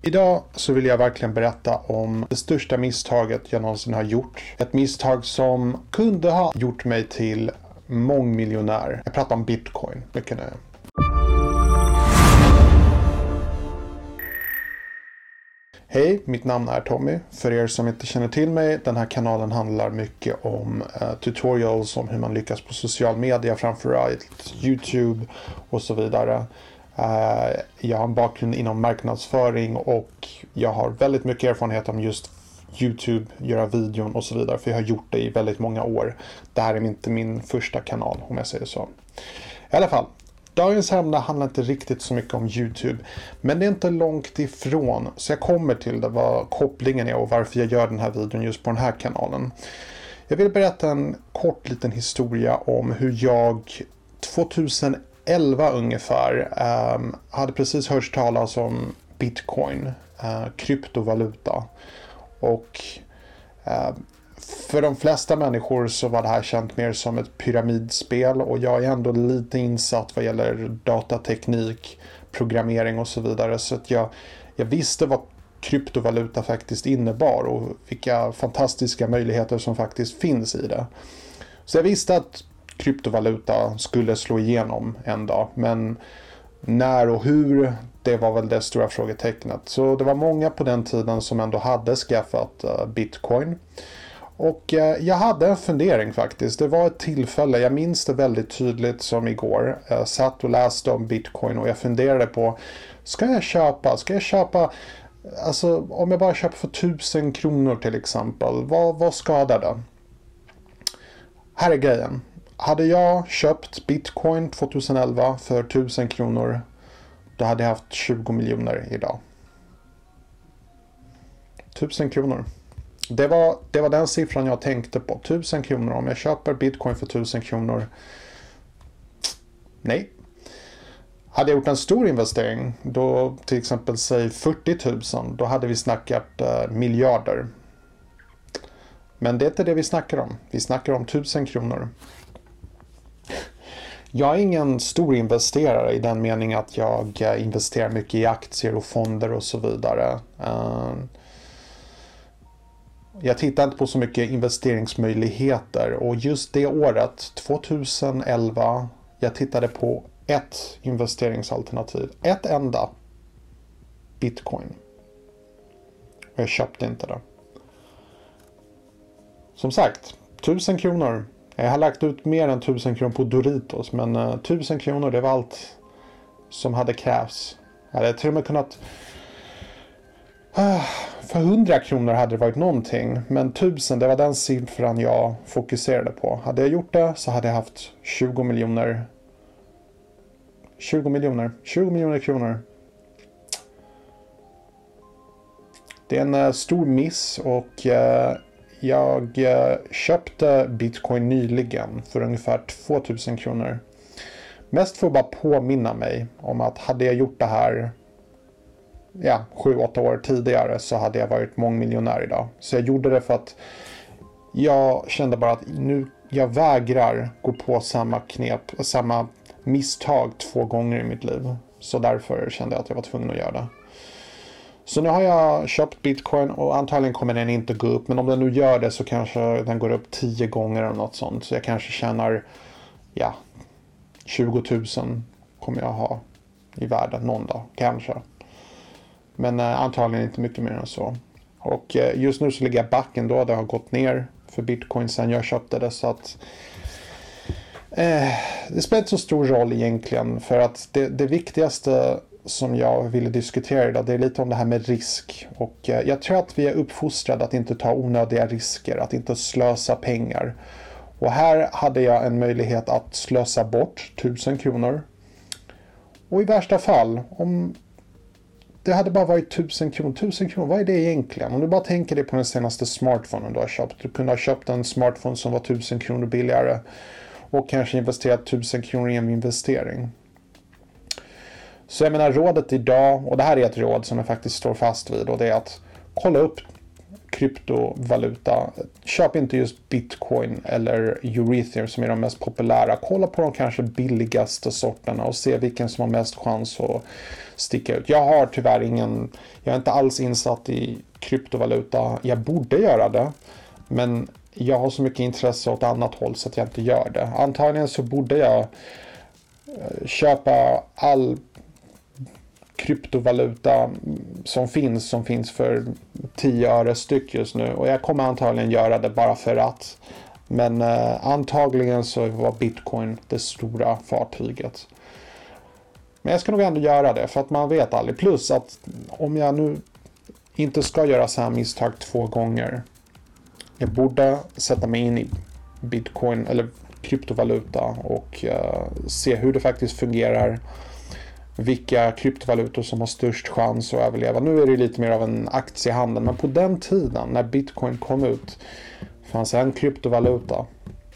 Idag så vill jag verkligen berätta om det största misstaget jag någonsin har gjort. Ett misstag som kunde ha gjort mig till mångmiljonär. Jag pratar om Bitcoin. Mycket nöje. Hej, mitt namn är Tommy. För er som inte känner till mig, den här kanalen handlar mycket om tutorials om hur man lyckas på social media, framförallt YouTube och så vidare. Jag har en bakgrund inom marknadsföring och jag har väldigt mycket erfarenhet om just YouTube, göra videon och så vidare, för jag har gjort det i väldigt många år. Det här är inte min första kanal, om jag säger så. I alla fall, dagens ämne handlar inte riktigt så mycket om YouTube, men det är inte långt ifrån, så jag kommer till det, vad kopplingen är och varför jag gör den här videon just på den här kanalen. Jag vill berätta en kort liten historia om hur jag 2011 ungefär hade precis hört talas om Bitcoin, kryptovaluta, och för de flesta människor så var det här känt mer som ett pyramidspel, och jag är ändå lite insatt vad gäller datateknik, programmering och så vidare, så att jag visste vad kryptovaluta faktiskt innebar och vilka fantastiska möjligheter som faktiskt finns i det. Så jag visste att kryptovaluta skulle slå igenom en dag, men när och hur, det var väl det stora frågetecknet. Så det var många på den tiden som ändå hade skaffat Bitcoin. Och jag hade en fundering faktiskt. Det var ett tillfälle, jag minns det väldigt tydligt som igår. Jag satt och läste om Bitcoin och jag funderade på, ska jag köpa, alltså om jag bara köper för 1000 kronor till exempel, vad skadar det? Här är grejen. Hade jag köpt Bitcoin 2011 för 1000 kronor, då hade jag haft 20 miljoner idag. 1000 kronor. Det var den siffran jag tänkte på. 1000 kronor. Om jag köper Bitcoin för 1000 kronor. Nej. Hade jag gjort en stor investering, då till exempel säg 40 000, då hade vi snackat miljarder. Men det är inte det vi snackar om. Vi snackar om 1000 kronor. Jag är ingen stor investerare i den meningen att jag investerar mycket i aktier och fonder och så vidare. Jag tittar inte på så mycket investeringsmöjligheter, och just det året, 2011, jag tittade på ett investeringsalternativ. Ett enda. Bitcoin. Och jag köpte inte det. Som sagt, 1000 kronor. Jag har lagt ut mer än 1000 kronor på Doritos, men 1000 kronor, det var allt som hade krävs. Jag hade till och med kunnat... För 100 kronor hade det varit någonting, men 1000, det var den siffran jag fokuserade på. Hade jag gjort det så hade jag haft 20 miljoner kronor. Det är en stor miss, och jag köpte Bitcoin nyligen för ungefär 2000 kronor. Mest för att bara påminna mig om att hade jag gjort det här 7-8 år tidigare, så hade jag varit mångmiljonär idag. Så jag gjorde det för att jag kände bara att jag vägrar gå på samma misstag 2 gånger i mitt liv. Så därför kände jag att jag var tvungen att göra det. Så nu har jag köpt Bitcoin, och antagligen kommer den inte gå upp. Men om den nu gör det så kanske den går upp 10 gånger eller något sånt. Så jag kanske tjänar 20 000 kommer jag ha i världen någon dag, kanske. Men antagligen inte mycket mer än så. Och just nu så ligger jag backen då. Det har gått ner för Bitcoin sen jag köpte det. Så att det spelar inte så stor roll egentligen. För att det viktigaste som jag ville diskutera idag, det är lite om det här med risk. Och jag tror att vi är uppfostrade att inte ta onödiga risker. Att inte slösa pengar. Och här hade jag en möjlighet att slösa bort 1000 kronor. Och i värsta fall, om det hade bara varit 1000 kronor. 1000 kronor, vad är det egentligen? Om du bara tänker dig på den senaste smartphonen du har köpt. Du kunde ha köpt en smartphone som var 1000 kronor billigare. Och kanske investerat 1000 kronor i en investering. Så jag menar, rådet idag, och det här är ett råd som jag faktiskt står fast vid. Och det är att kolla upp kryptovaluta, köp inte just Bitcoin eller Ethereum som är de mest populära. Kolla på de kanske billigaste sorterna och se vilken som har mest chans att sticka ut. Jag är inte alls insatt i kryptovaluta. Jag borde göra det, men jag har så mycket intresse åt annat håll så att jag inte gör det. Antagligen så borde jag köpa all kryptovaluta som finns för 10 öre styck just nu, och jag kommer antagligen göra det bara för att, men antagligen så var Bitcoin det stora fartyget. Men jag ska nog ändå göra det för att man vet aldrig, plus att om jag nu inte ska göra så här misstag 2 gånger, jag borde sätta mig in i Bitcoin eller kryptovaluta och se hur det faktiskt fungerar, vilka kryptovalutor som har störst chans att överleva. Nu är det lite mer av en aktiehandel, men på den tiden när Bitcoin kom ut fanns en kryptovaluta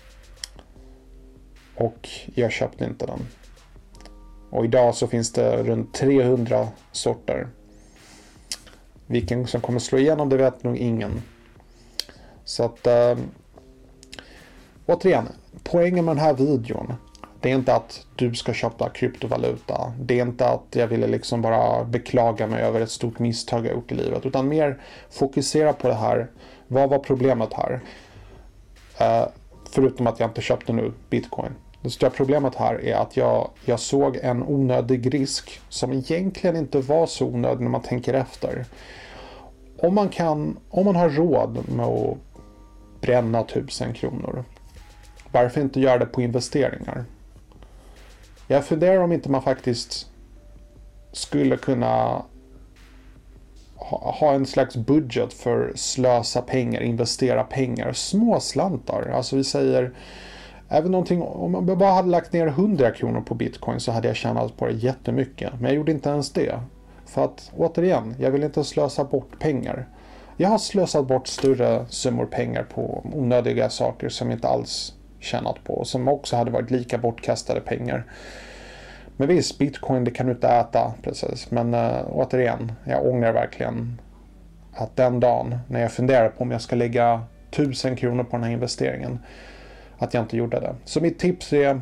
och jag köpte inte den. Och idag så finns det runt 300 sorter. Vilken som kommer slå igenom, det vet nog ingen. Så att återigen, poängen med den här videon, det är inte att du ska köpa kryptovaluta. Det är inte att jag ville liksom bara beklaga mig över ett stort misstag jag gjort i livet. Utan mer fokusera på det här. Vad var problemet här? Förutom att jag inte köpte nu Bitcoin. Det stora problemet här är att jag såg en onödig risk som egentligen inte var så onödig när man tänker efter. Om man har råd med att bränna 1000 kronor, varför inte göra det på investeringar? Jag funderar om inte man faktiskt skulle kunna ha en slags budget för slösa pengar, investera pengar, små slantar. Alltså vi säger, även någonting, om jag bara hade lagt ner 100 kronor på Bitcoin så hade jag tjänat på det jättemycket. Men jag gjorde inte ens det. För att återigen, jag vill inte slösa bort pengar. Jag har slösat bort större summor pengar på onödiga saker som jag inte alls tjänat på. Som också hade varit lika bortkastade pengar. Men visst, Bitcoin det kan du inte äta precis. Men återigen, jag ångrar verkligen att den dagen när jag funderar på om jag ska lägga 1000 kronor på den här investeringen, att jag inte gjorde det. Så mitt tips är,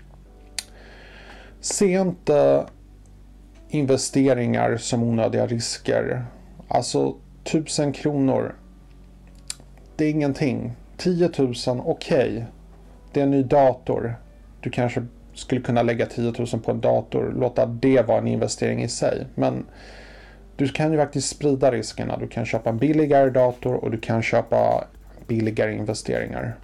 se inte investeringar som onödiga risker. Alltså 1000 kronor, det är ingenting. 10 000, okej. Det är en ny dator. Du kanske skulle kunna lägga 10 000 på en dator. Låta det vara en investering i sig. Men du kan ju faktiskt sprida riskerna. Du kan köpa en billigare dator och du kan köpa billigare investeringar.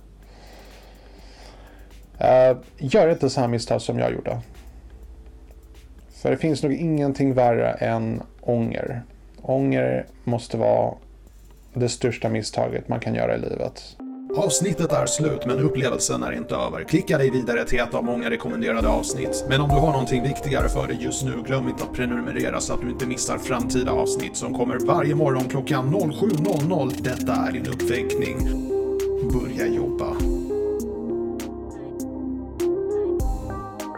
Gör inte så här misstag som jag gjorde. För det finns nog ingenting värre än ånger. Ånger måste vara det största misstaget man kan göra i livet. Avsnittet är slut, men upplevelsen är inte över. Klicka dig vidare till ett av många rekommenderade avsnitt. Men om du har någonting viktigare för dig just nu, glöm inte att prenumerera så att du inte missar framtida avsnitt som kommer varje morgon klockan 07.00. Detta är din uppväckning. Börja jobba.